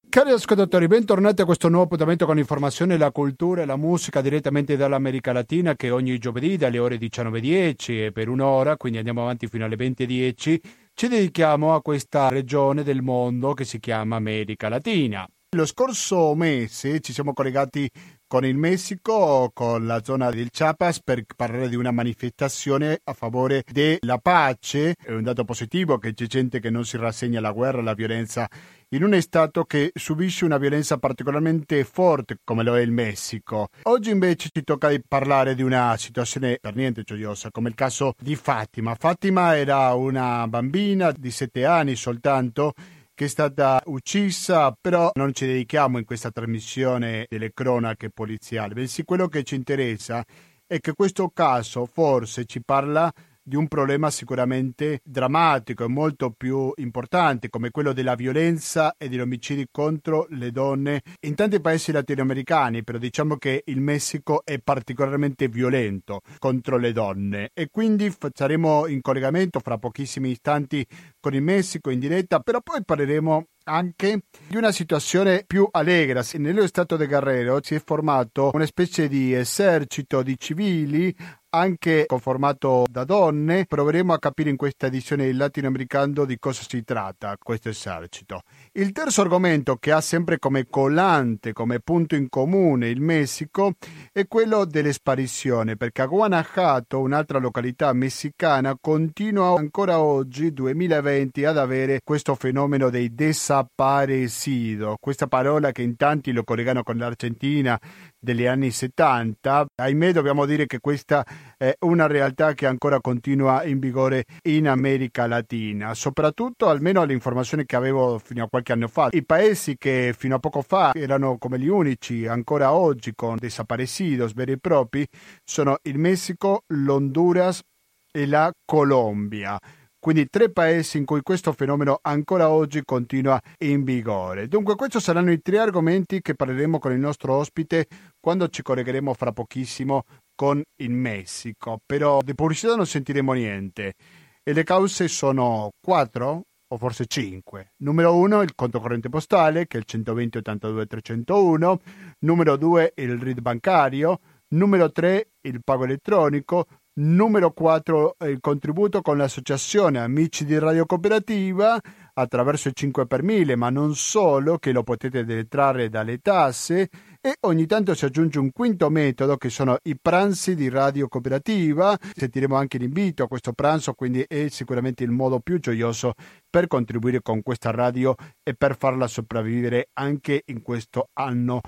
Cari ascoltatori, bentornati a questo nuovo appuntamento con l'informazione, la cultura e la musica direttamente dall'America Latina, che ogni giovedì dalle ore 19:10 e per un'ora, quindi andiamo avanti fino alle 20:10, ci dedichiamo a questa regione del mondo che si chiama America Latina. Lo scorso mese ci siamo collegati con il Messico, con la zona del Chiapas, per parlare di una manifestazione a favore della pace. È un dato positivo che c'è gente che non si rassegna alla guerra, alla violenza, in un stato che subisce una violenza particolarmente forte come lo è il Messico. Oggi invece ci tocca parlare di una situazione per niente gioiosa, come il caso di Fatima. Fatima era una bambina di 7 anni soltanto, che è stata uccisa, però non ci dedichiamo in questa trasmissione delle cronache poliziali, bensì quello che ci interessa è che questo caso forse ci parla di un problema sicuramente drammatico e molto più importante, come quello della violenza e degli omicidi contro le donne in tanti paesi latinoamericani, però diciamo che il Messico è particolarmente violento contro le donne e quindi saremo in collegamento fra pochissimi istanti con il Messico in diretta, però poi parleremo anche di una situazione più allegra. Nello stato di Guerrero si è formato una specie di esercito di civili, anche conformato da donne. Proveremo a capire in questa edizione latinoamericana di cosa si tratta questo esercito. Il terzo argomento che ha sempre come collante, come punto in comune il Messico, è quello delle sparizioni, perché a Guanajuato, un'altra località messicana, continua ancora oggi, 2020, ad avere questo fenomeno dei desaparecidos, questa parola che in tanti lo collegano con l'Argentina degli anni 70. Ahimè, dobbiamo dire che questa è una realtà che ancora continua in vigore in America Latina, soprattutto, almeno l'informazione che avevo fino a qualche anno fa, i paesi che fino a poco fa erano come gli unici ancora oggi con desaparecidos veri e propri sono il Messico, l'Honduras e la Colombia. Quindi 3 paesi in cui questo fenomeno ancora oggi continua in vigore. Dunque questi saranno i 3 argomenti che parleremo con il nostro ospite quando ci collegheremo fra pochissimo con il Messico. Però di pubblicità non sentiremo niente e le cause sono 4 o forse 5. Numero 1 il conto corrente postale, che è il 120 82 301. Numero 2 il RID bancario. Numero 3 il pago elettronico. Numero 4 il contributo con l'associazione Amici di Radio Cooperativa attraverso il 5 per 1000, ma non solo, che lo potete detrarre dalle tasse. E ogni tanto si aggiunge un quinto metodo, che sono i pranzi di Radio Cooperativa. Sentiremo anche l'invito a questo pranzo, quindi è sicuramente il modo più gioioso per contribuire con questa radio e per farla sopravvivere anche in questo anno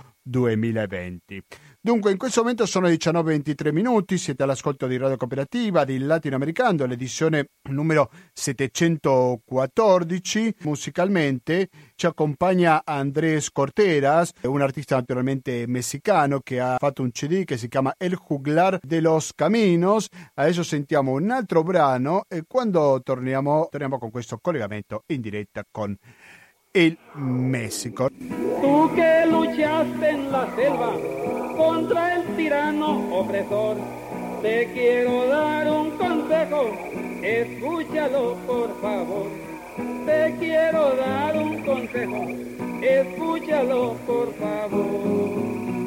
2020. Dunque in questo momento sono 19:23 minuti, siete all'ascolto di Radio Cooperativa di Latinoamericano, l'edizione numero 714. Musicalmente ci accompagna Andrés Corteras, un artista naturalmente messicano che ha fatto un CD che si chiama El Juglar de los Caminos. Adesso sentiamo un altro brano e quando torniamo con questo collegamento in diretta con el México. Tú que luchaste en la selva contra el tirano opresor, te quiero dar un consejo, escúchalo por favor. Te quiero dar un consejo, escúchalo por favor.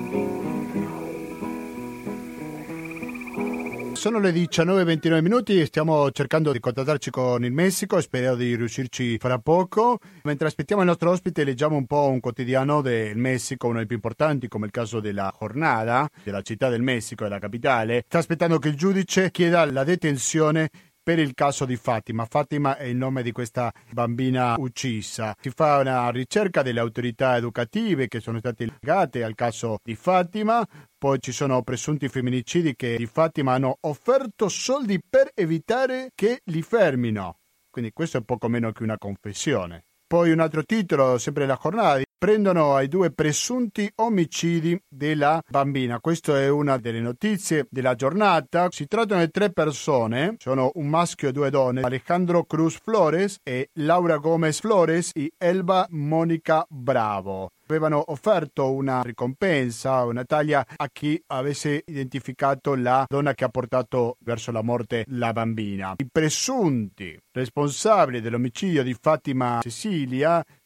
Sono le 19:29 minuti e stiamo cercando di contattarci con il Messico e spero di riuscirci fra poco. Mentre aspettiamo il nostro ospite leggiamo un po' un quotidiano del Messico, uno dei più importanti, come il caso della Jornada, della città del Messico, della capitale. Sta aspettando che il giudice chieda la detenzione per il caso di Fatima. Fatima è il nome di questa bambina uccisa. Si fa una ricerca delle autorità educative che sono state legate al caso di Fatima. Poi ci sono presunti femminicidi che di Fatima hanno offerto soldi per evitare che li fermino. Quindi questo è poco meno che una confessione. Poi un altro titolo, sempre la Jornada, prendono ai 2 presunti omicidi della bambina. Questa è una delle notizie della giornata. Si trattano di 3 persone, sono un maschio e 2 donne, Alejandro Cruz Flores e Laura Gomez Flores e Elba Monica Bravo. Avevano offerto una ricompensa, una taglia a chi avesse identificato la donna che ha portato verso la morte la bambina. I presunti responsabili dell'omicidio di Fatima Cecilia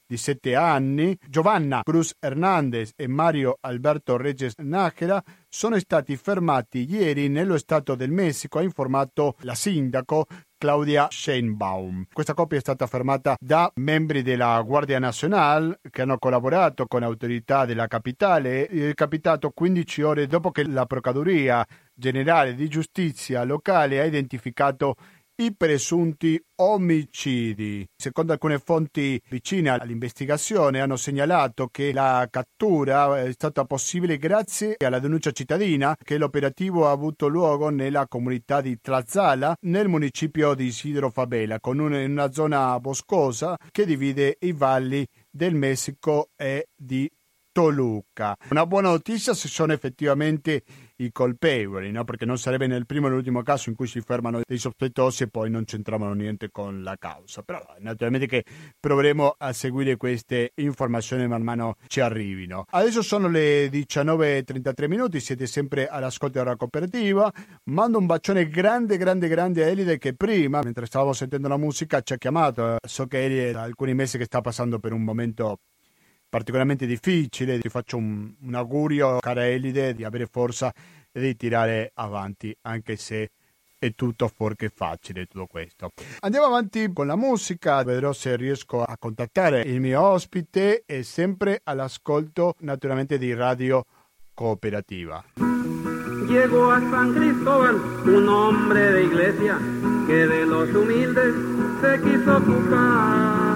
di 7 anni, Giovanna Cruz Hernandez e Mario Alberto Regis Nájera, sono stati fermati ieri nello Stato del Messico, ha informato la sindaco Claudia Sheinbaum. Questa coppia è stata fermata da membri della Guardia Nazionale che hanno collaborato con autorità della capitale. È capitato 15 ore dopo che la Procuraduria Generale di Giustizia locale ha identificato i presunti omicidi. Secondo alcune fonti vicine all'investigazione hanno segnalato che la cattura è stata possibile grazie alla denuncia cittadina che l'operativo ha avuto luogo nella comunità di Tlaxcala, nel municipio di Isidro Fabela, in una zona boscosa che divide i valli del Messico e di Toluca. Una buona notizia se sono effettivamente i colpevoli, no? Perché non sarebbe nel primo e l'ultimo caso in cui si fermano dei sospettosi e poi non c'entravano niente con la causa. Però naturalmente che proveremo a seguire queste informazioni man mano ci arrivino. Adesso sono le 19:33, siete sempre all'ascolto della cooperativa. Mando un bacione grande a Elide che prima, mentre stavamo sentendo la musica, ci ha chiamato. So che Elide da alcuni mesi che sta passando per un momento particolarmente difficile. Ti faccio un augurio, cara Elide, di avere forza e di tirare avanti, anche se è tutto fuorché facile tutto questo. Andiamo avanti con la musica, vedrò se riesco a contattare il mio ospite, e sempre all'ascolto naturalmente di Radio Cooperativa. Llegó a San Cristóbal un hombre de iglesia que de los humildes se quiso ocupar.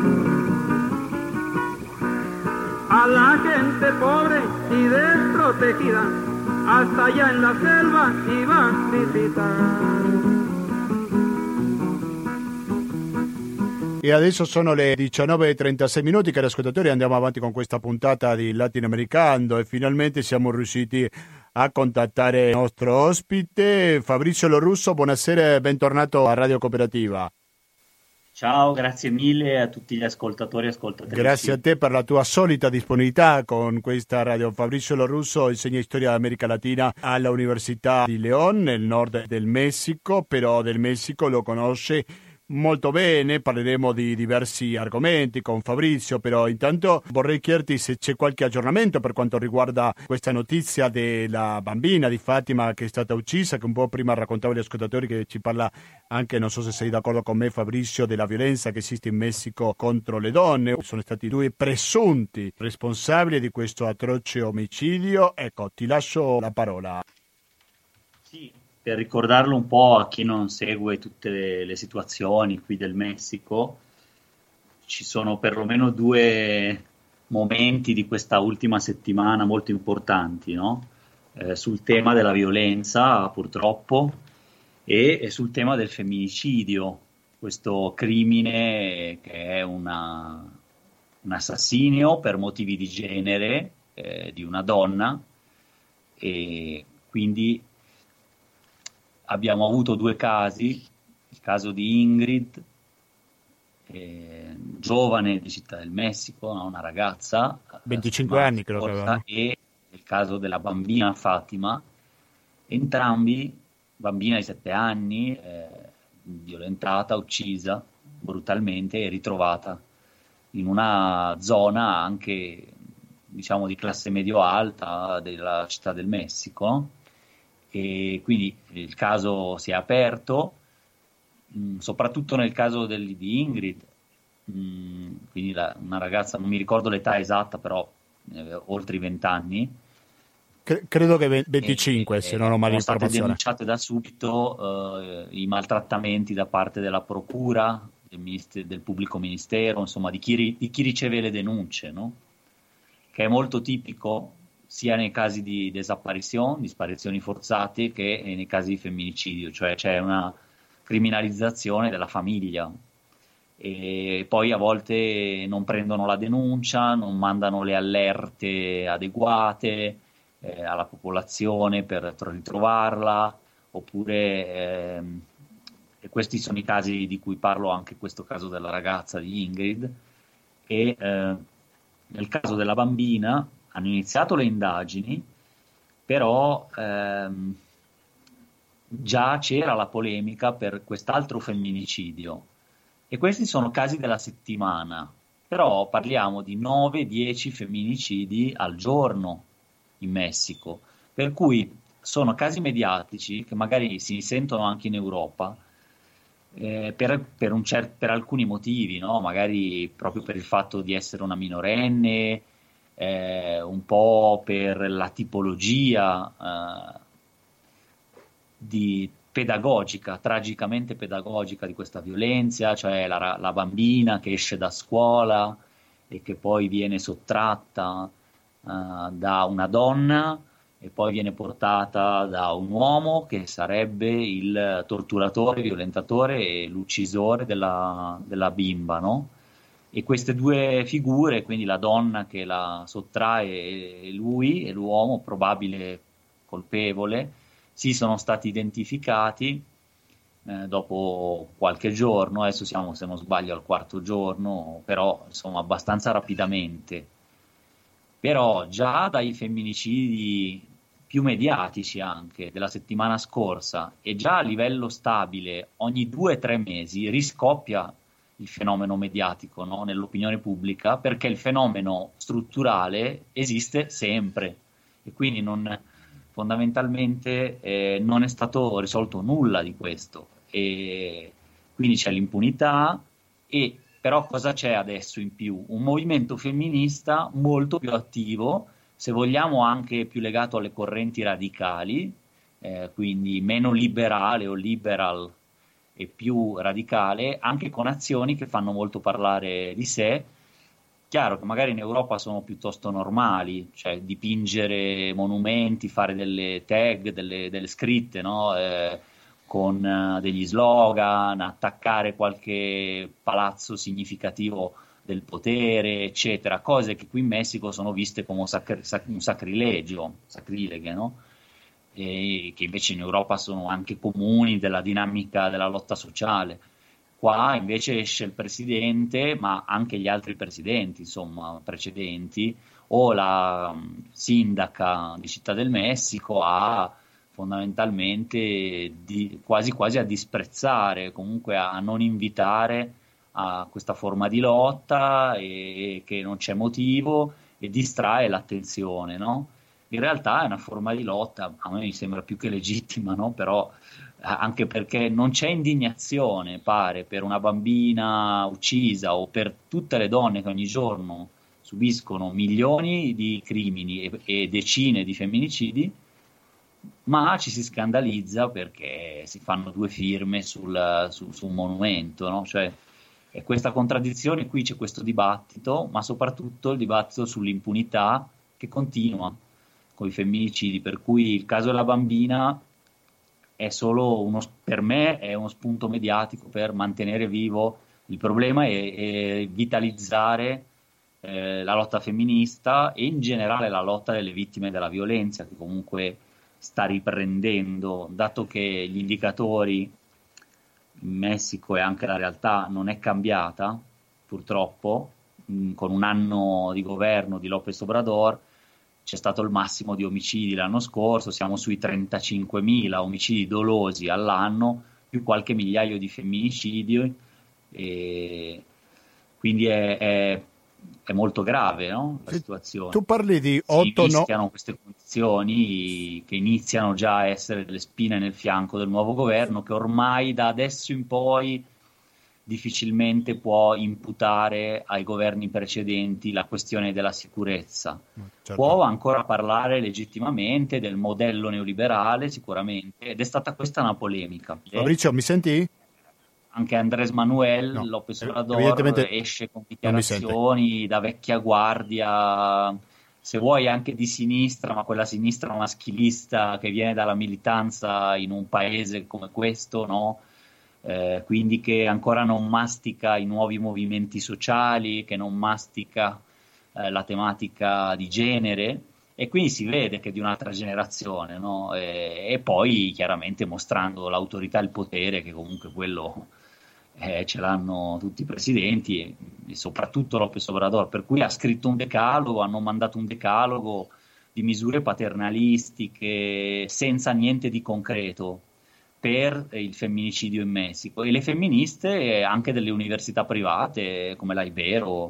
A la gente pobre y desprotegida, hasta allá en la selva iba a visitar. E adesso sono le 19:36, cari ascoltatori, andiamo avanti con questa puntata di Latinoamericano e finalmente siamo riusciti a contattare il nostro ospite, Fabrizio Lorusso. Buonasera e bentornato a Radio Cooperativa. Ciao, grazie mille a tutti gli ascoltatori e ascoltatrici. Grazie a te per la tua solita disponibilità con questa radio. Fabrizio Lorusso insegna storia dell'America Latina alla Università di León, nel nord del Messico, però del Messico lo conosce molto bene. Parleremo di diversi argomenti con Fabrizio, però intanto vorrei chiederti se c'è qualche aggiornamento per quanto riguarda questa notizia della bambina di Fatima che è stata uccisa, che un po' prima raccontavo agli ascoltatori, che ci parla anche, non so se sei d'accordo con me Fabrizio, della violenza che esiste in Messico contro le donne. Sono stati 2 presunti responsabili di questo atroce omicidio. Ecco, ti lascio la parola. Sì, per ricordarlo un po' a chi non segue tutte le situazioni qui del Messico, ci sono perlomeno 2 momenti di questa ultima settimana molto importanti, no? Sul tema della violenza, purtroppo, e sul tema del femminicidio, questo crimine che è un assassinio per motivi di genere di una donna, e quindi abbiamo avuto 2 casi, il caso di Ingrid, giovane di Città del Messico, no? Una ragazza, 25 anni credo che aveva, e il caso della bambina Fatima, entrambi bambina di 7 anni, violentata, uccisa brutalmente e ritrovata in una zona anche, diciamo, di classe medio-alta della Città del Messico. E quindi il caso si è aperto, soprattutto nel caso di Ingrid, quindi una ragazza, non mi ricordo l'età esatta, però oltre i 20 anni. Credo che 25, se non ho male informazione. Sono state denunciate da subito i maltrattamenti da parte della procura, del pubblico ministero, insomma di chi riceve le denunce, no? Che è molto tipico sia nei casi di disparizioni forzate, che nei casi di femminicidio, cioè c'è una criminalizzazione della famiglia, e poi a volte non prendono la denuncia, non mandano le allerte adeguate alla popolazione per ritrovarla, oppure e questi sono i casi di cui parlo, anche questo caso della ragazza di Ingrid, e nel caso della bambina hanno iniziato le indagini, però già c'era la polemica per quest'altro femminicidio, e questi sono casi della settimana, però parliamo di 9-10 femminicidi al giorno in Messico, per cui sono casi mediatici che magari si sentono anche in Europa, per alcuni motivi, no? Magari proprio per il fatto di essere una minorenne, un po' per la tipologia pedagogica, tragicamente pedagogica di questa violenza, cioè la bambina che esce da scuola e che poi viene sottratta da una donna e poi viene portata da un uomo che sarebbe il torturatore, violentatore e l'uccisore della bimba, no? E queste due figure, quindi la donna che la sottrae e lui, e l'uomo probabile colpevole, sì, sono stati identificati dopo qualche giorno, adesso siamo, se non sbaglio, al quarto giorno, però insomma abbastanza rapidamente. Però già dai femminicidi più mediatici anche della settimana scorsa e già a livello stabile ogni 2 o 3 mesi riscoppia il fenomeno mediatico, no? Nell'opinione pubblica, perché il fenomeno strutturale esiste sempre e quindi fondamentalmente non è stato risolto nulla di questo, e quindi c'è l'impunità. E però cosa c'è adesso in più? Un movimento femminista molto più attivo, se vogliamo anche più legato alle correnti radicali, quindi meno liberale o liberal e più radicale, anche con azioni che fanno molto parlare di sé. Chiaro che magari in Europa sono piuttosto normali, cioè dipingere monumenti, fare delle tag, delle scritte, no? Con degli slogan, attaccare qualche palazzo significativo del potere, eccetera, cose che qui in Messico sono viste come un sacrileghe, no? E che invece in Europa sono anche comuni della dinamica della lotta sociale. Qua invece esce il presidente, ma anche gli altri presidenti, insomma, precedenti, o la sindaca di Città del Messico a fondamentalmente quasi quasi a disprezzare, comunque a non invitare a questa forma di lotta, e che non c'è motivo e distrae l'attenzione, no? In realtà è una forma di lotta, a me mi sembra più che legittima, no? Però anche perché non c'è indignazione, pare, per una bambina uccisa o per tutte le donne che ogni giorno subiscono milioni di crimini e decine di femminicidi, ma ci si scandalizza perché si fanno 2 firme su un monumento, no? Cioè, è questa contraddizione, qui c'è questo dibattito, ma soprattutto il dibattito sull'impunità che continua con i femminicidi, per cui il caso della bambina è solo per me è uno spunto mediatico per mantenere vivo il problema e vitalizzare la lotta femminista e in generale la lotta delle vittime della violenza, che comunque sta riprendendo, dato che gli indicatori in Messico e anche la realtà non è cambiata, purtroppo, con un anno di governo di López Obrador c'è stato il massimo di omicidi l'anno scorso, siamo sui 35.000 omicidi dolosi all'anno, più qualche migliaio di femminicidi, e quindi è molto grave, no? La situazione. Tu parli di 8 rischiano queste condizioni che iniziano già a essere delle spine nel fianco del nuovo governo, che ormai da adesso in poi difficilmente può imputare ai governi precedenti la questione della sicurezza. Certo. Può ancora parlare legittimamente del modello neoliberale, sicuramente, ed è stata questa una polemica. Fabrizio, mi senti? Anche Andrés Manuel López Obrador esce con dichiarazioni da vecchia guardia, se vuoi anche di sinistra, ma quella sinistra maschilista che viene dalla militanza in un paese come questo, no? Quindi che ancora non mastica i nuovi movimenti sociali, che non mastica la tematica di genere, e quindi si vede che è di un'altra generazione, no? E poi chiaramente mostrando l'autorità e il potere, che comunque quello ce l'hanno tutti i presidenti e soprattutto López Obrador, per cui ha scritto un decalogo, hanno mandato un decalogo di misure paternalistiche senza niente di concreto per il femminicidio in Messico, e le femministe anche delle università private come la Ibero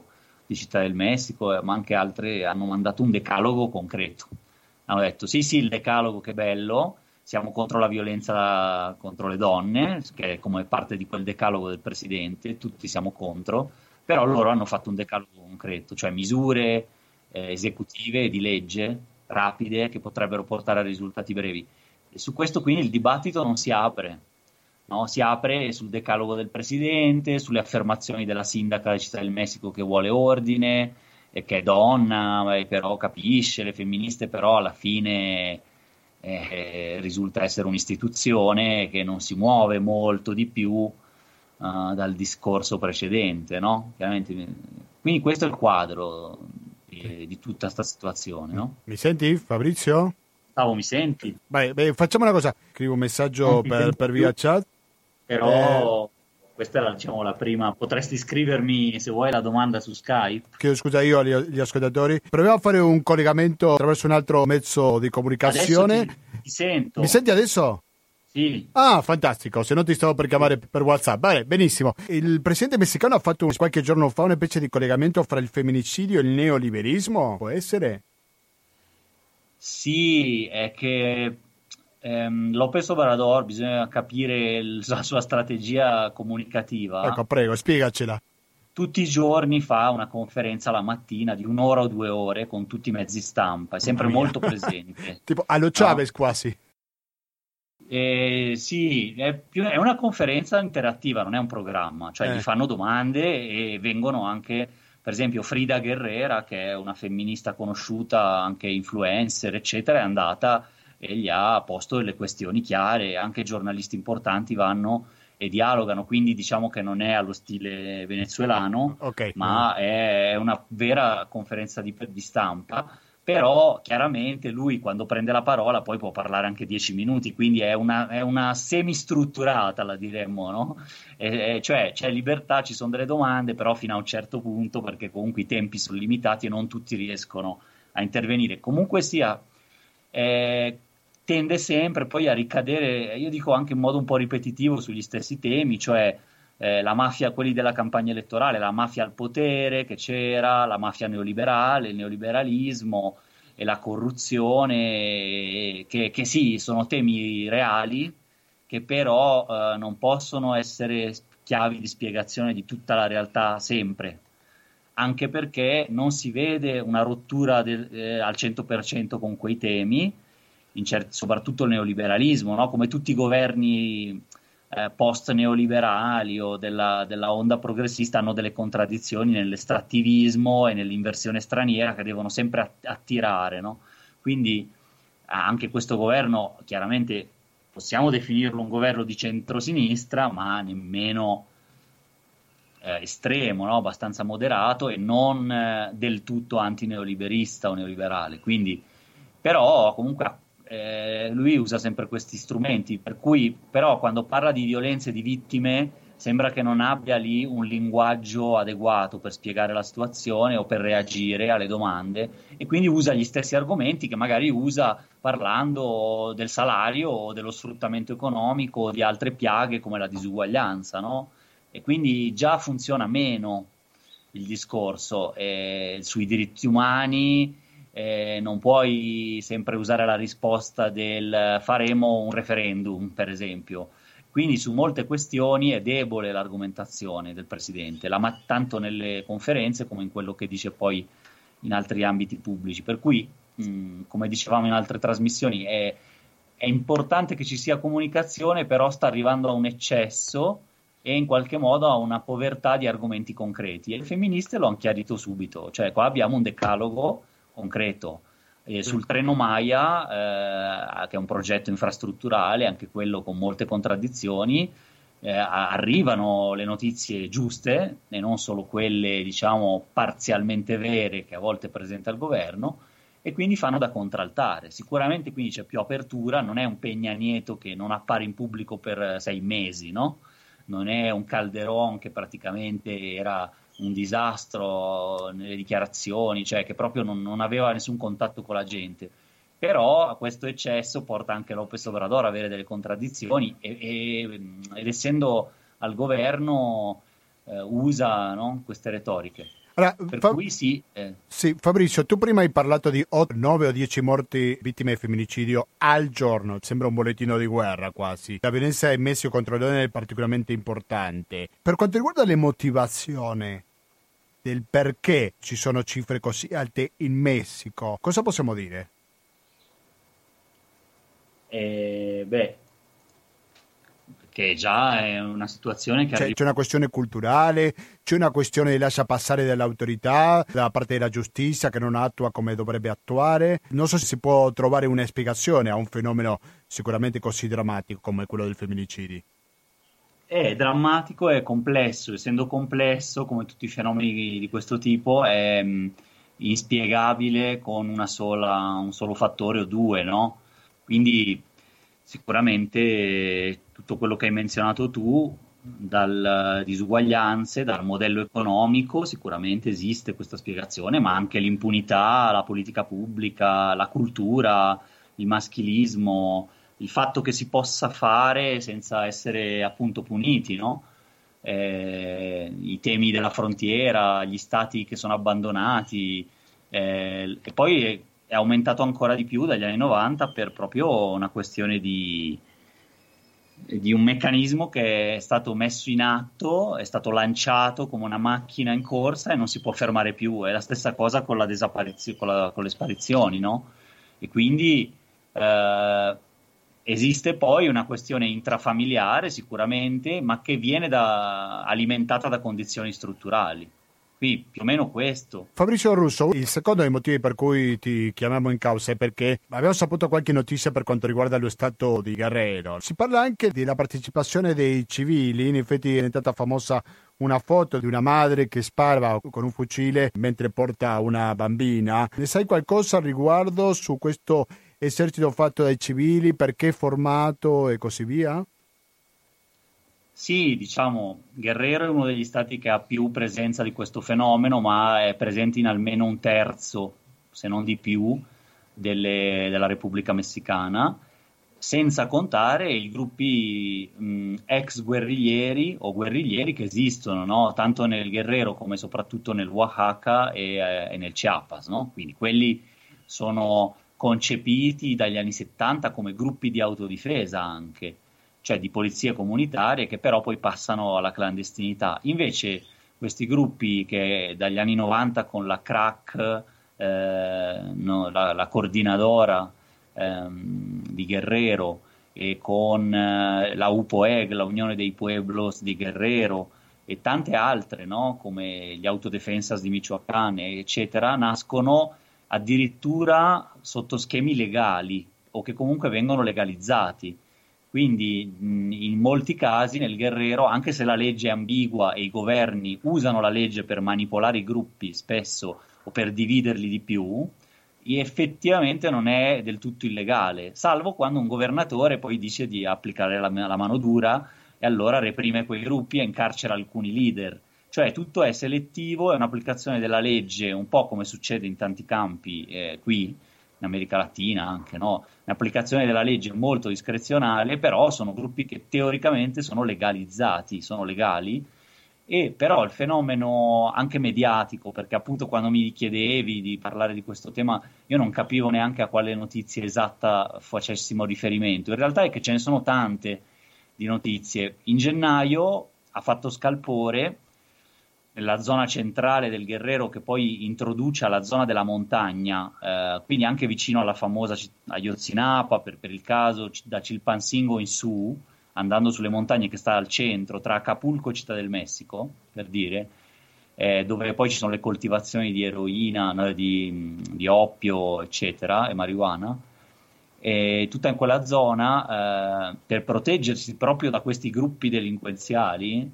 di Città del Messico, ma anche altre, hanno mandato un decalogo concreto. Hanno detto sì, il decalogo che bello, siamo contro la violenza contro le donne, che è come parte di quel decalogo del presidente, tutti siamo contro, però loro hanno fatto un decalogo concreto, cioè misure esecutive di legge rapide che potrebbero portare a risultati brevi. E su questo quindi il dibattito non si apre, no? Si apre sul decalogo del presidente, sulle affermazioni della sindaca di Città del Messico che vuole ordine, e che è donna, però capisce, le femministe però alla fine risulta essere un'istituzione che non si muove molto di più dal discorso precedente, no? Chiaramente, quindi questo è il quadro di tutta questa situazione, no? Mi senti, Fabrizio? Mi senti? Beh, facciamo una cosa, scrivo un messaggio per via chat. Però questa era, diciamo, la prima. Potresti scrivermi, se vuoi, la domanda su Skype. Chiedo scusa io agli ascoltatori. Proviamo a fare un collegamento attraverso un altro mezzo di comunicazione. Adesso ti sento. Mi senti adesso? Sì. Ah, fantastico, se no ti stavo per chiamare per WhatsApp. Bene, benissimo. Il presidente messicano ha fatto qualche giorno fa una specie di collegamento fra il femminicidio e il neoliberismo, può essere? Sì, è che López Obrador, bisogna capire la sua strategia comunicativa. Ecco, prego, spiegacela. Tutti i giorni fa una conferenza la mattina di 1 ora o 2 ore con tutti i mezzi stampa, è sempre molto presente. Tipo allo Chavez quasi. Sì, è una conferenza interattiva, non è un programma, cioè gli fanno domande e vengono anche, per esempio, Frida Guerrera, che è una femminista conosciuta, anche influencer, eccetera, è andata e gli ha posto delle questioni chiare, anche giornalisti importanti vanno e dialogano, quindi diciamo che non è allo stile venezuelano, ma è una vera conferenza di stampa. Però chiaramente lui quando prende la parola poi può parlare anche 10 minuti, quindi è una semistrutturata, la diremmo, no? Cioè c'è libertà, ci sono delle domande, però fino a un certo punto, perché comunque i tempi sono limitati e non tutti riescono a intervenire. Comunque sia, tende sempre poi a ricadere, io dico anche in modo un po' ripetitivo, sugli stessi temi, cioè la mafia, quelli della campagna elettorale, la mafia al potere che c'era, la mafia neoliberale, il neoliberalismo e la corruzione, che sì, sono temi reali, che però non possono essere chiavi di spiegazione di tutta la realtà sempre, anche perché non si vede una rottura al 100% con quei temi, soprattutto il neoliberalismo, no? Come tutti i governi post-neoliberali o della onda progressista hanno delle contraddizioni nell'estrattivismo e nell'inversione straniera che devono sempre attirare, no? Quindi anche questo governo, chiaramente possiamo definirlo un governo di centrosinistra, ma nemmeno estremo, no? Abbastanza moderato e non del tutto antineoliberista o neoliberale. Quindi, però comunque lui usa sempre questi strumenti, per cui però quando parla di violenze di vittime sembra che non abbia lì un linguaggio adeguato per spiegare la situazione o per reagire alle domande, e quindi usa gli stessi argomenti che magari usa parlando del salario o dello sfruttamento economico o di altre piaghe come la disuguaglianza, no? E quindi già funziona meno il discorso sui diritti umani. Non puoi sempre usare la risposta del faremo un referendum, per esempio. Quindi su molte questioni è debole l'argomentazione del presidente, tanto nelle conferenze come in quello che dice poi in altri ambiti pubblici. Per cui, come dicevamo in altre trasmissioni, è importante che ci sia comunicazione, però sta arrivando a un eccesso e in qualche modo a una povertà di argomenti concreti. E le femministe lo hanno chiarito subito, cioè qua abbiamo un decalogo concreto sul treno Maya, che è un progetto infrastrutturale, anche quello con molte contraddizioni. Arrivano le notizie giuste e non solo quelle, diciamo, parzialmente vere che a volte presenta il governo, e quindi fanno da contraltare. Sicuramente quindi c'è più apertura, non è un Peña Nieto che non appare in pubblico per 6 mesi, no? Non è un Calderón che praticamente era un disastro nelle dichiarazioni, cioè che proprio non aveva nessun contatto con la gente. Però a questo eccesso porta anche López Obrador a avere delle contraddizioni ed essendo al governo usa, no, queste retoriche. Ora, Per cui sì. Sì, Fabrizio, tu prima hai parlato di 8, 9 o 10 morti vittime di femminicidio al giorno, sembra un bollettino di guerra quasi. La violenza in Messico contro le donne è particolarmente importante. Per quanto riguarda le motivazioni del perché ci sono cifre così alte in Messico, cosa possiamo dire? Che già è una situazione che C'è una questione culturale, c'è una questione di lascia passare dell'autorità, da parte della giustizia che non attua come dovrebbe attuare. Non so se si può trovare una spiegazione a un fenomeno sicuramente così drammatico come quello del femminicidi. è drammatico, è complesso, essendo complesso come tutti i fenomeni di questo tipo è inspiegabile con un solo fattore o due, no? Quindi sicuramente tutto quello che hai menzionato tu, dal disuguaglianze, dal modello economico, sicuramente esiste questa spiegazione, ma anche l'impunità, la politica pubblica, la cultura, il maschilismo, il fatto che si possa fare senza essere appunto puniti, no? I temi della frontiera, gli stati che sono abbandonati, e poi è aumentato ancora di più dagli anni 90 per proprio una questione di un meccanismo che è stato messo in atto, è stato lanciato come una macchina in corsa e non si può fermare più. È la stessa cosa con la con le sparizioni, no? E quindi esiste poi una questione intrafamiliare sicuramente, ma che viene alimentata da condizioni strutturali. Qui più o meno questo. Fabrizio Russo, il secondo dei motivi per cui ti chiamiamo in causa è perché abbiamo saputo qualche notizia per quanto riguarda lo stato di Guerrero. Si parla anche della partecipazione dei civili, in effetti è diventata famosa una foto di una madre che spara con un fucile mentre porta una bambina. Ne sai qualcosa al riguardo su questo esercito fatto dai civili, perché è formato e così via? Sì, diciamo, Guerrero è uno degli stati che ha più presenza di questo fenomeno, ma è presente in almeno un terzo, se non di più, della Repubblica Messicana, senza contare i gruppi ex guerriglieri o guerriglieri che esistono, no? Tanto nel Guerrero come soprattutto nel Oaxaca e nel Chiapas, no? Quindi quelli sono concepiti dagli anni 70 come gruppi di autodifesa anche, cioè di polizie comunitarie che però poi passano alla clandestinità. Invece questi gruppi che dagli anni 90 con la CRAC, la coordinadora di Guerrero, e con la UPOEG, la Unione dei Pueblos di Guerrero, e tante altre, no? Come gli Autodefensas di Michoacán, eccetera, nascono addirittura sotto schemi legali o che comunque vengono legalizzati. Quindi in molti casi nel Guerrero, anche se la legge è ambigua e i governi usano la legge per manipolare i gruppi spesso o per dividerli di più, effettivamente non è del tutto illegale, salvo quando un governatore poi dice di applicare la mano dura e allora reprime quei gruppi e incarcera alcuni leader. Cioè tutto è selettivo, è un'applicazione della legge, un po' come succede in tanti campi qui in America Latina anche, no? Un'applicazione della legge molto discrezionale, però sono gruppi che teoricamente sono legalizzati, sono legali, e però il fenomeno anche mediatico, perché appunto quando mi chiedevi di parlare di questo tema io non capivo neanche a quale notizia esatta facessimo riferimento. In realtà è che ce ne sono tante di notizie. In gennaio ha fatto scalpore nella zona centrale del Guerrero, che poi introduce alla zona della montagna, quindi anche vicino alla famosa Ayotzinapa, per il caso, da Chilpancingo in su, andando sulle montagne che sta al centro, tra Acapulco e Città del Messico, per dire, dove poi ci sono le coltivazioni di eroina, no, di oppio, eccetera, e marijuana. E tutta in quella zona, per proteggersi proprio da questi gruppi delinquenziali,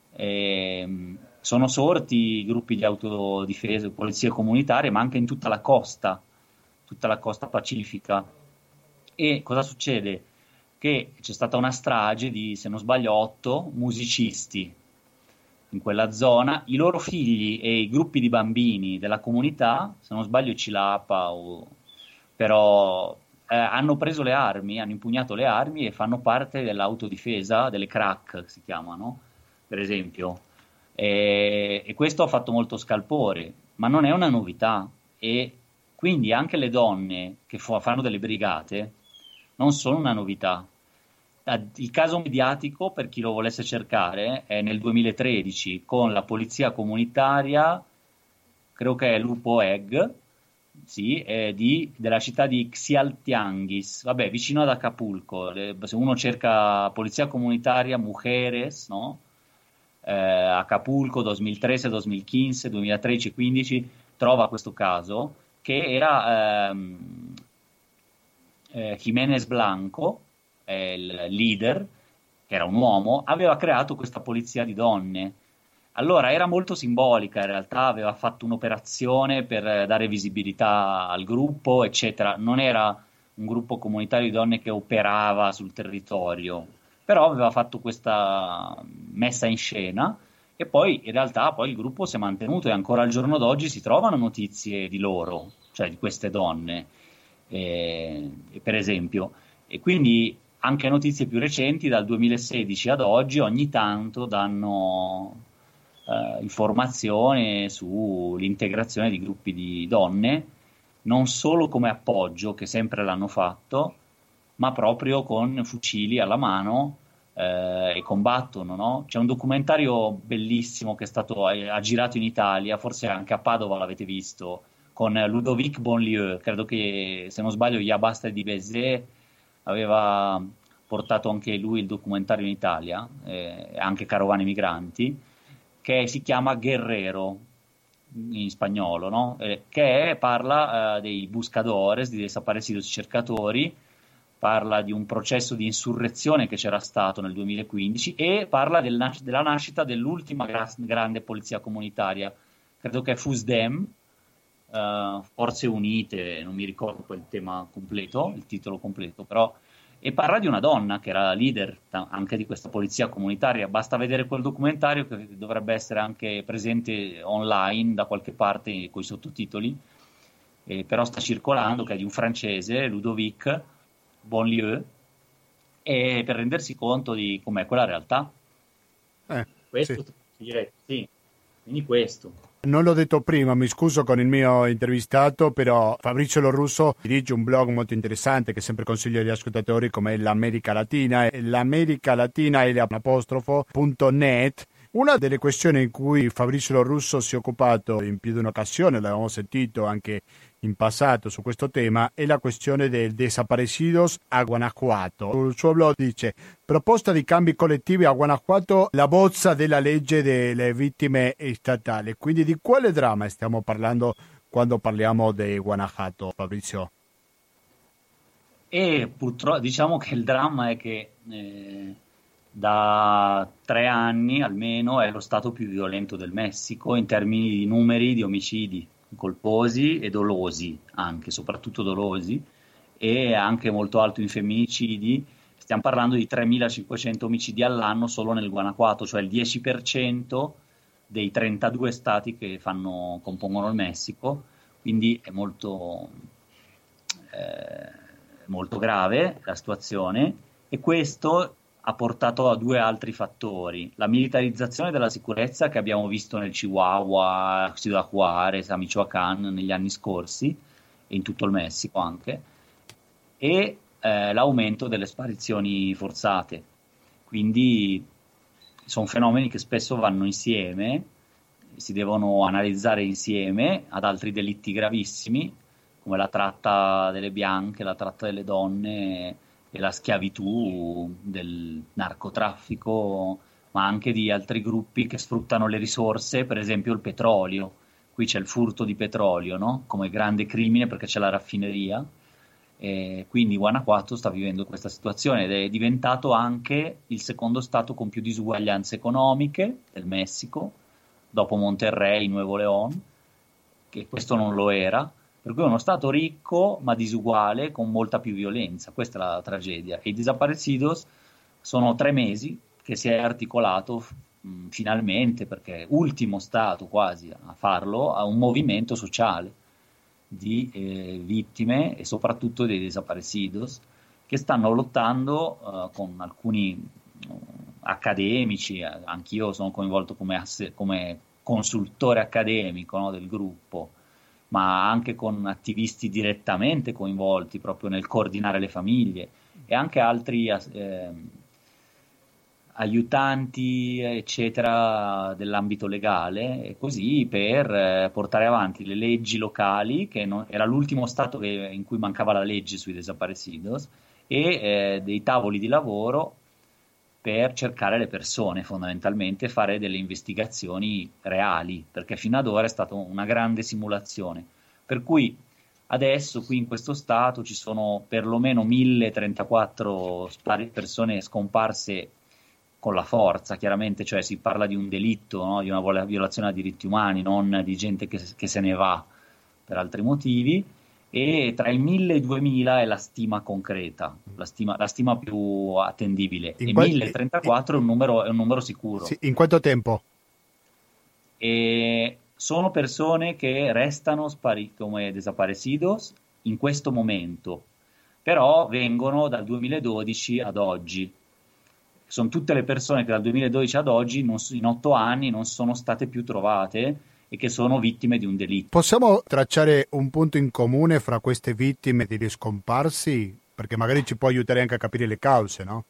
sono sorti gruppi di autodifesa, polizie comunitarie, ma anche in tutta la costa pacifica. E cosa succede? Che c'è stata una strage di, se non sbaglio, 8 musicisti in quella zona, i loro figli e i gruppi di bambini della comunità, se non sbaglio Chilapa, però hanno preso le armi, hanno impugnato le armi e fanno parte dell'autodifesa, delle crack si chiamano, per esempio. E questo ha fatto molto scalpore, ma non è una novità, e quindi anche le donne che fanno delle brigate non sono una novità. Il caso mediatico, per chi lo volesse cercare, è nel 2013 con la polizia comunitaria, credo che è Lupo Egg, sì, della città di Xialtianguis, vabbè, vicino ad Acapulco. Se uno cerca polizia comunitaria, mujeres, no? Acapulco 2013, 2015, 2013, 15, trova questo caso che era Jiménez Blanco, il leader, che era un uomo, aveva creato questa polizia di donne. Allora era molto simbolica, in realtà aveva fatto un'operazione per dare visibilità al gruppo, eccetera. Non era un gruppo comunitario di donne che operava sul territorio, però aveva fatto questa messa in scena, e poi in realtà poi il gruppo si è mantenuto, e ancora al giorno d'oggi si trovano notizie di loro, cioè di queste donne, per esempio. E quindi anche notizie più recenti, dal 2016 ad oggi, ogni tanto danno informazione sull'integrazione di gruppi di donne, non solo come appoggio, che sempre l'hanno fatto, ma proprio con fucili alla mano, e combattono, no? C'è un documentario bellissimo che ha girato in Italia, forse anche a Padova l'avete visto, con Ludovic Bonlieu, credo che, se non sbaglio, Yabasta di Bézet aveva portato anche lui il documentario in Italia, anche Carovane Migranti, che si chiama Guerrero in spagnolo, no? Che parla dei buscadores, di desaparecidos cercatori, parla di un processo di insurrezione che c'era stato nel 2015, e parla della nascita dell'ultima grande polizia comunitaria, credo che è FUSDEM, Forze Unite, non mi ricordo poi il titolo completo, però, e parla di una donna che era leader anche di questa polizia comunitaria. Basta vedere quel documentario, che dovrebbe essere anche presente online da qualche parte con i sottotitoli, però sta circolando, che è di un francese, Ludovic Bonlieu, e per rendersi conto di com'è quella realtà. Questo sì. Direi, sì, quindi questo. Non l'ho detto prima, mi scuso con il mio intervistato, però Fabrizio Lo Russo dirige un blog molto interessante che sempre consiglio agli ascoltatori, come l'America Latina. L'America Latina è l'apostrofo.net. Una delle questioni in cui Fabrizio Lo Russo si è occupato in più di un'occasione, l'avevamo sentito anche in passato su questo tema, è la questione del desaparecidos a Guanajuato. Sul suo blog dice: proposta di cambi collettivi a Guanajuato, la bozza della legge delle vittime statali. Quindi di quale dramma stiamo parlando quando parliamo di Guanajuato, Fabrizio? E purtroppo diciamo che il dramma è che da 3 anni almeno è lo stato più violento del Messico in termini di numeri di omicidi colposi e dolosi, anche, soprattutto dolosi, e anche molto alto in femminicidi. Stiamo parlando di 3.500 omicidi all'anno solo nel Guanajuato, cioè il 10% dei 32 stati che compongono il Messico, quindi è molto grave la situazione, e questo ha portato a 2 altri fattori: la militarizzazione della sicurezza che abbiamo visto nel Chihuahua, Ciudad Juárez, a Michoacán negli anni scorsi, e in tutto il Messico anche, e l'aumento delle sparizioni forzate. Quindi sono fenomeni che spesso vanno insieme, si devono analizzare insieme ad altri delitti gravissimi, come la tratta delle bianche, la tratta delle donne e la schiavitù del narcotraffico, ma anche di altri gruppi che sfruttano le risorse, per esempio il petrolio. Qui c'è il furto di petrolio, no? Come grande crimine, perché c'è la raffineria, e quindi Guanajuato sta vivendo questa situazione ed è diventato anche il secondo stato con più disuguaglianze economiche del Messico, dopo Monterrey, Nuevo León, che questo non lo era. Per cui è uno stato ricco ma disuguale, con molta più violenza. Questa è la tragedia. E i desaparecidos sono 3 mesi che si è articolato finalmente, perché ultimo stato quasi a farlo, a un movimento sociale di vittime e soprattutto dei desaparecidos, che stanno lottando con alcuni accademici, anch'io sono coinvolto come consultore accademico, no, del gruppo, ma anche con attivisti direttamente coinvolti proprio nel coordinare le famiglie e anche altri aiutanti, eccetera, dell'ambito legale, e così per portare avanti le leggi locali, che era l'ultimo stato in cui mancava la legge sui desaparecidos, e dei tavoli di lavoro per cercare le persone, fondamentalmente fare delle investigazioni reali, perché fino ad ora è stata una grande simulazione. Per cui adesso qui in questo stato ci sono perlomeno 1034 persone scomparse con la forza, chiaramente, cioè si parla di un delitto, no? Di una violazione dei diritti umani, non di gente che se ne va per altri motivi, e tra il 1000 e i 2000 è la stima concreta, la stima più attendibile, e 1034 è un numero sicuro. Sì, in quanto tempo? E sono persone che restano come desaparecidos in questo momento, però vengono dal 2012 ad oggi. Sono tutte le persone che dal 2012 ad oggi, in 8 anni, non sono state più trovate e che sono vittime di un delitto. Possiamo tracciare un punto in comune fra queste vittime degli scomparsi? Perché magari ci può aiutare anche a capire le cause, no?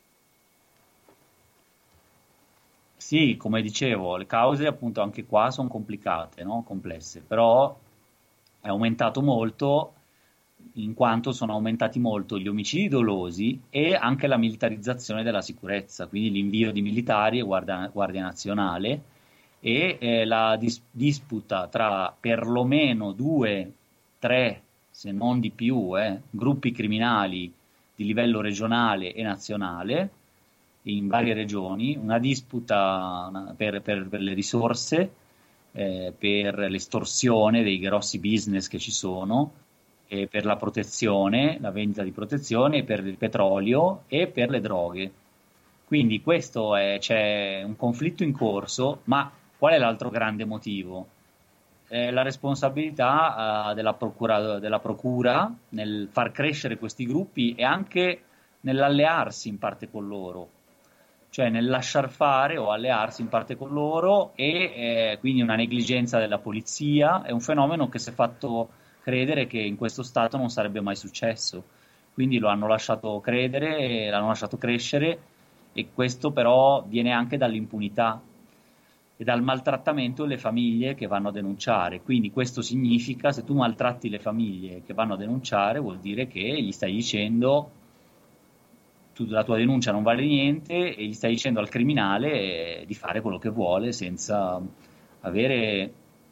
Sì, come dicevo, le cause appunto anche qua sono complicate, no? Complesse, però è aumentato molto, in quanto sono aumentati molto gli omicidi dolosi e anche la militarizzazione della sicurezza, quindi l'invio di militari e Guardia Nazionale, e la disputa tra perlomeno 2, 3, se non di più, gruppi criminali di livello regionale e nazionale in varie regioni, una disputa per le risorse, per l'estorsione dei grossi business che ci sono, e per la protezione, la vendita di protezione, per il petrolio e per le droghe. Quindi c'è un conflitto in corso, ma qual è l'altro grande motivo? La responsabilità della procura nel far crescere questi gruppi e anche nell'allearsi in parte con loro, cioè nel lasciar fare o allearsi in parte con loro, e quindi una negligenza della polizia. È un fenomeno che si è fatto credere che in questo stato non sarebbe mai successo, quindi lo hanno lasciato credere e l'hanno lasciato crescere, e questo però viene anche dall'impunità e dal maltrattamento delle famiglie che vanno a denunciare. Quindi questo significa, se tu maltratti le famiglie che vanno a denunciare, vuol dire che gli stai dicendo la tua denuncia non vale niente, e gli stai dicendo al criminale di fare quello che vuole senza avere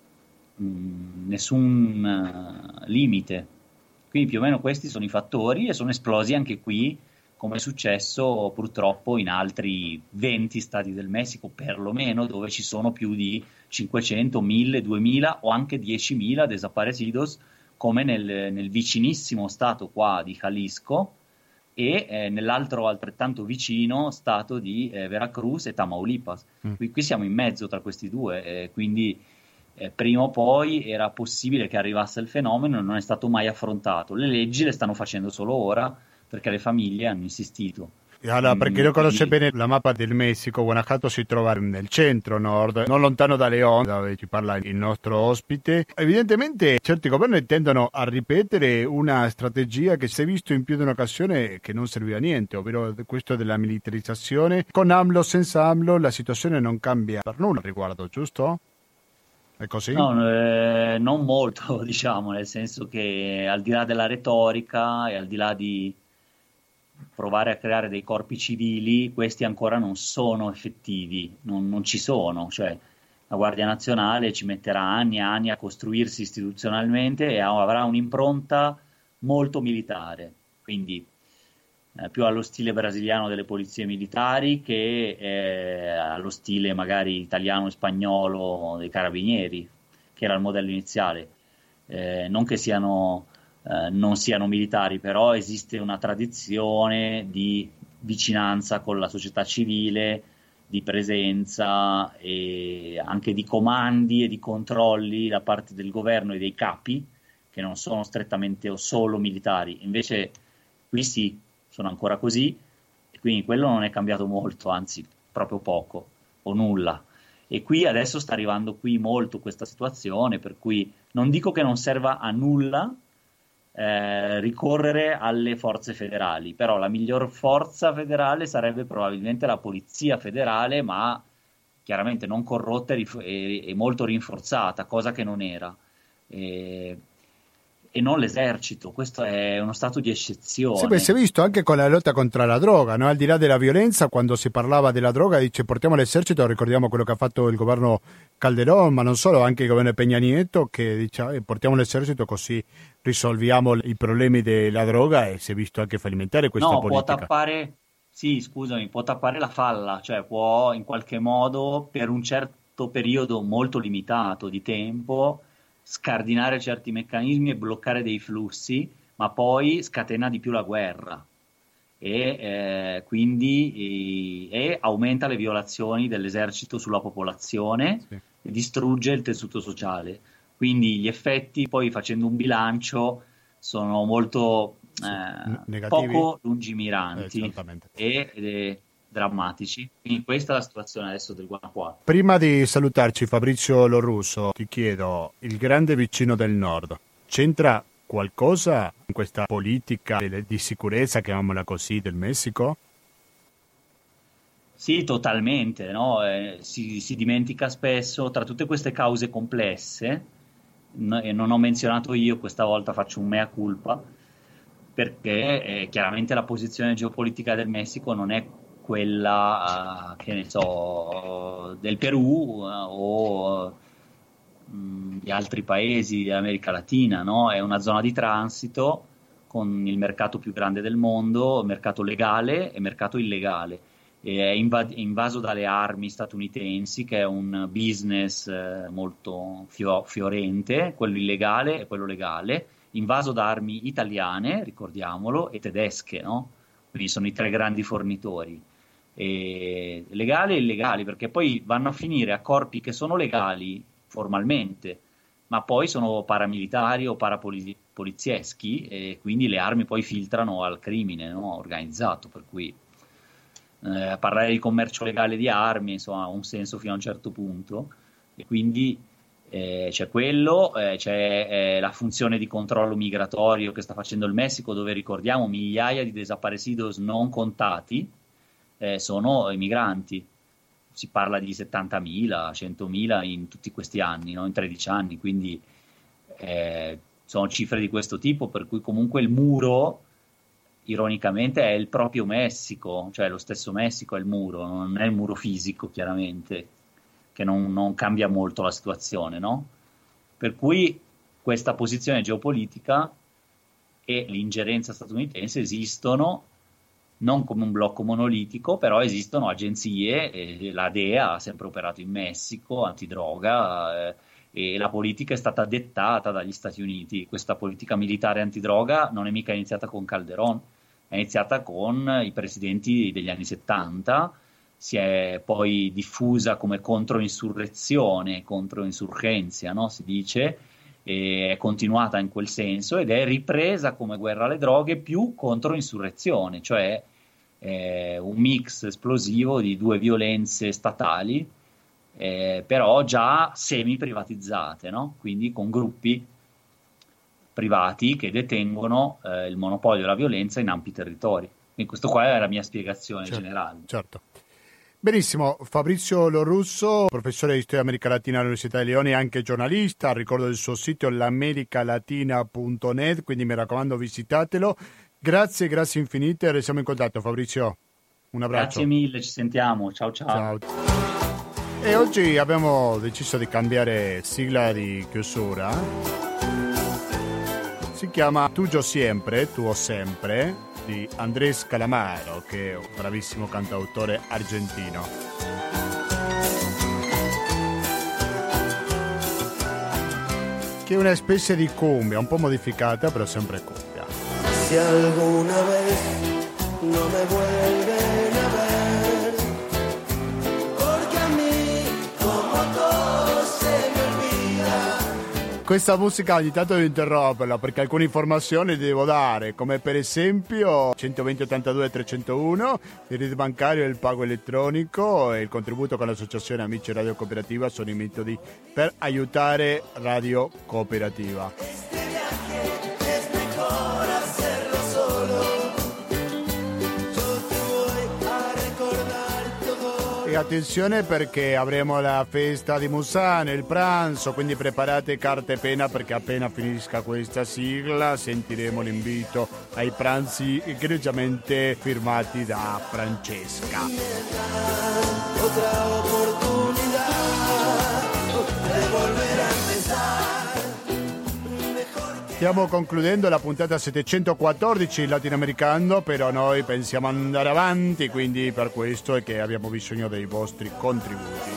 nessun limite. Quindi più o meno questi sono i fattori, e sono esplosi anche qui, come è successo purtroppo in altri 20 stati del Messico perlomeno, dove ci sono più di 500, 1000, 2000 o anche 10.000 desaparecidos, come nel vicinissimo stato qua di Jalisco, e nell'altro altrettanto vicino stato di Veracruz e Tamaulipas. Qui siamo in mezzo tra questi due, quindi prima o poi era possibile che arrivasse il fenomeno, non è stato mai affrontato. Le leggi le stanno facendo solo ora perché le famiglie hanno insistito. Allora, per chi non conosce bene la mappa del Messico, Guanajuato si trova nel centro-nord, non lontano da León, dove ci parla il nostro ospite. Evidentemente certi governi tendono a ripetere una strategia che si è visto in più di un'occasione che non serviva a niente, ovvero questo della militarizzazione. Con AMLO, senza AMLO, la situazione non cambia per nulla al riguardo, giusto? È così? No, non molto, diciamo, nel senso che al di là della retorica e al di là di provare a creare dei corpi civili, questi ancora non sono effettivi, non ci sono. Cioè la Guardia Nazionale ci metterà anni e anni a costruirsi istituzionalmente e avrà un'impronta molto militare, quindi più allo stile brasiliano delle polizie militari che allo stile magari italiano e spagnolo dei carabinieri, che era il modello iniziale. Non che non siano militari, però esiste una tradizione di vicinanza con la società civile, di presenza e anche di comandi e di controlli da parte del governo e dei capi, che non sono strettamente o solo militari. Invece qui sì, sono ancora così, e quindi quello non è cambiato molto, anzi proprio poco o nulla. E qui adesso sta arrivando qui molto questa situazione, per cui non dico che non serva a nulla ricorrere alle forze federali, però la miglior forza federale sarebbe probabilmente la polizia federale, ma chiaramente non corrotta e molto rinforzata, cosa che non era. E non l'esercito, questo è uno stato di eccezione. Sì, beh, si è visto anche con la lotta contro la droga, no? Al di là della violenza, quando si parlava della droga, dice portiamo l'esercito, ricordiamo quello che ha fatto il governo Calderón, ma non solo, anche il governo Peña Nieto, che dice portiamo l'esercito così risolviamo i problemi della droga, e si è visto anche fallimentare questa politica. Può tappare la falla, cioè può in qualche modo per un certo periodo molto limitato di tempo scardinare certi meccanismi e bloccare dei flussi, ma poi scatena di più la guerra e quindi aumenta le violazioni dell'esercito sulla popolazione, sì, e distrugge il tessuto sociale. Quindi gli effetti, poi facendo un bilancio, sono molto poco lungimiranti e drammatici. Quindi questa è la situazione adesso del Guanajuato. Prima di salutarci, Fabrizio Lorusso, ti chiedo, il grande vicino del nord c'entra qualcosa in questa politica di sicurezza, chiamiamola così, del Messico? Sì, totalmente, no? Si dimentica spesso, tra tutte queste cause complesse, e non ho menzionato io, questa volta faccio un mea culpa, perché chiaramente la posizione geopolitica del Messico non è quella, che ne so, del Perù o di altri paesi dell'America Latina, no? È una zona di transito con il mercato più grande del mondo, mercato legale e mercato illegale. È invaso dalle armi statunitensi, che è un business molto fiorente, quello illegale e quello legale, invaso da armi italiane, ricordiamolo, e tedesche, no? Quindi sono i tre grandi fornitori. Legali e illegali, perché poi vanno a finire a corpi che sono legali formalmente, ma poi sono paramilitari o parapolizieschi, e quindi le armi poi filtrano al crimine, no? Organizzato, per cui parlare di commercio legale di armi, insomma, ha un senso fino a un certo punto, e quindi c'è quello, c'è la funzione di controllo migratorio che sta facendo il Messico, dove ricordiamo migliaia di desaparecidos non contati sono i migranti. Si parla di 70.000, 100.000 in tutti questi anni, no? In 13 anni, quindi sono cifre di questo tipo, per cui comunque il muro, ironicamente, è il proprio Messico, cioè lo stesso Messico è il muro, non è il muro fisico, chiaramente, che non cambia molto la situazione, no? Per cui questa posizione geopolitica e l'ingerenza statunitense esistono non come un blocco monolitico, però esistono agenzie, la DEA ha sempre operato in Messico, antidroga, e la politica è stata dettata dagli Stati Uniti. Questa politica militare antidroga non è mica iniziata con Calderón, è iniziata con i presidenti degli anni 70, si è poi diffusa come controinsurrezione, controinsurgenza, no? Si dice, e è continuata in quel senso ed è ripresa come guerra alle droghe più controinsurrezione, cioè un mix esplosivo di due violenze statali, però già semi-privatizzate, no? Quindi con gruppi privati che detengono il monopolio della violenza in ampi territori. Quindi questo qua è la mia spiegazione generale. Certo. Benissimo, Fabrizio Lorusso, professore di storia America Latina all'Università di Leone e anche giornalista. Ricordo il suo sito l'americalatina.net, quindi mi raccomando visitatelo. Grazie infinite, restiamo in contatto, Fabrizio. Un abbraccio. Grazie mille, ci sentiamo, ciao. E oggi abbiamo deciso di cambiare sigla di chiusura. Si chiama Tuyo Siempre, Tuo Sempre, di Andrés Calamaro, che è un bravissimo cantautore argentino. Che è una specie di cumbia, un po' modificata, però sempre cumbia. Si alguna vez no me vuelven a ver, porque a mí como todo se me olvida, Questa musica ogni tanto devo interromperla perché alcune informazioni devo dare, come per esempio 120 82 301, il RID bancario e il pago elettronico e il contributo con l'associazione Amici Radio Cooperativa sono i metodi per aiutare Radio Cooperativa. E attenzione perché avremo la festa di Musane, il pranzo, quindi preparate carta e penna perché appena finisca questa sigla sentiremo l'invito ai pranzi egregiamente firmati da Francesca. Otra oportunidad de volver a empezar. Stiamo concludendo la puntata 714 in latinoamericano, però noi pensiamo andare avanti, quindi per questo è che abbiamo bisogno dei vostri contributi.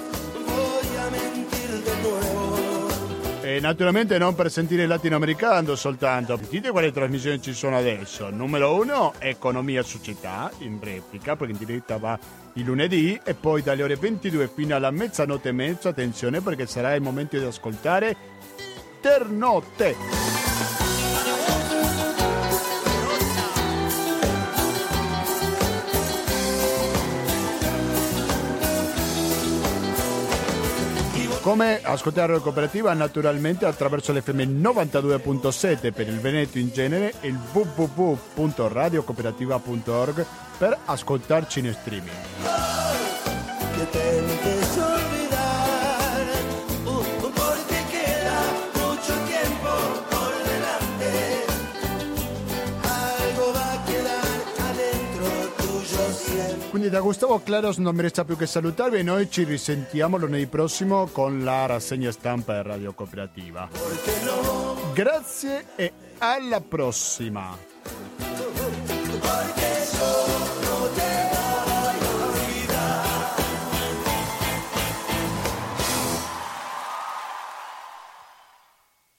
E naturalmente non per sentire il latinoamericano soltanto. Sentite quali trasmissioni ci sono adesso. Numero 1, Economia Società, in replica, perché in diretta va il lunedì, e poi dalle ore 22 fino alla mezzanotte e mezza, attenzione perché sarà il momento di ascoltare Internotte. Come ascoltare Radio Cooperativa? Naturalmente attraverso l'FM 92.7 per il Veneto in genere e il www.radiocooperativa.org per ascoltarci in streaming. Que tentes olvidar, porque queda mucho tiempo por delante. Algo va a quedar adentro tuyo siempre. Quindi da Gustavo Claros non mi resta più che salutarvi e noi ci risentiamo lunedì prossimo con la rassegna stampa di Radio Cooperativa. Grazie e alla prossima!